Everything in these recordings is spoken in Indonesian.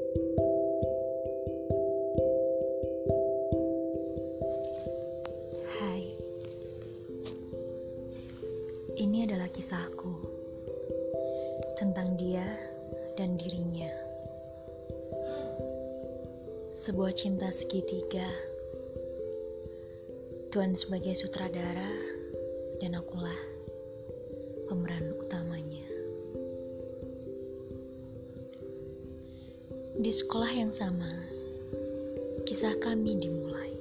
Hai, ini adalah kisahku tentang dia dan dirinya. Sebuah cinta segitiga. Tuhan sebagai sutradara dan akulah pemeran utamanya. Di sekolah yang sama, kisah kami dimulai.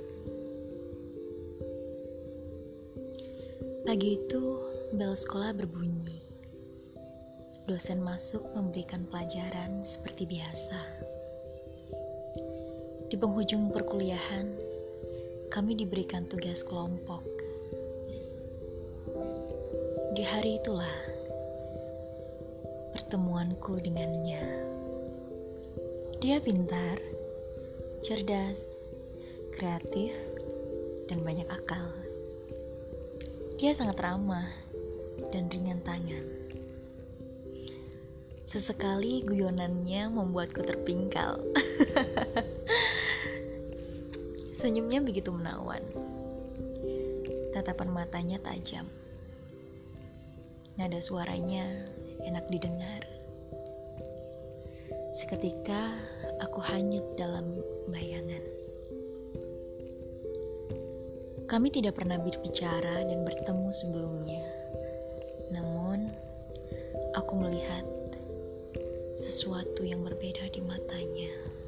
Pagi itu, bel sekolah berbunyi. Dosen masuk memberikan pelajaran seperti biasa. Di penghujung perkuliahan, kami diberikan tugas kelompok. Di hari itulah pertemuanku dengannya. Dia pintar, cerdas, kreatif, dan banyak akal. Dia sangat ramah dan ringan tangan. Sesekali guyonannya membuatku terpingkal. Senyumnya begitu menawan. Tatapan matanya tajam. Nada suaranya enak didengar. Seketika aku hanyut dalam bayangan. Kami tidak pernah berbicara dan bertemu sebelumnya. Namun, aku melihat sesuatu yang berbeda di matanya.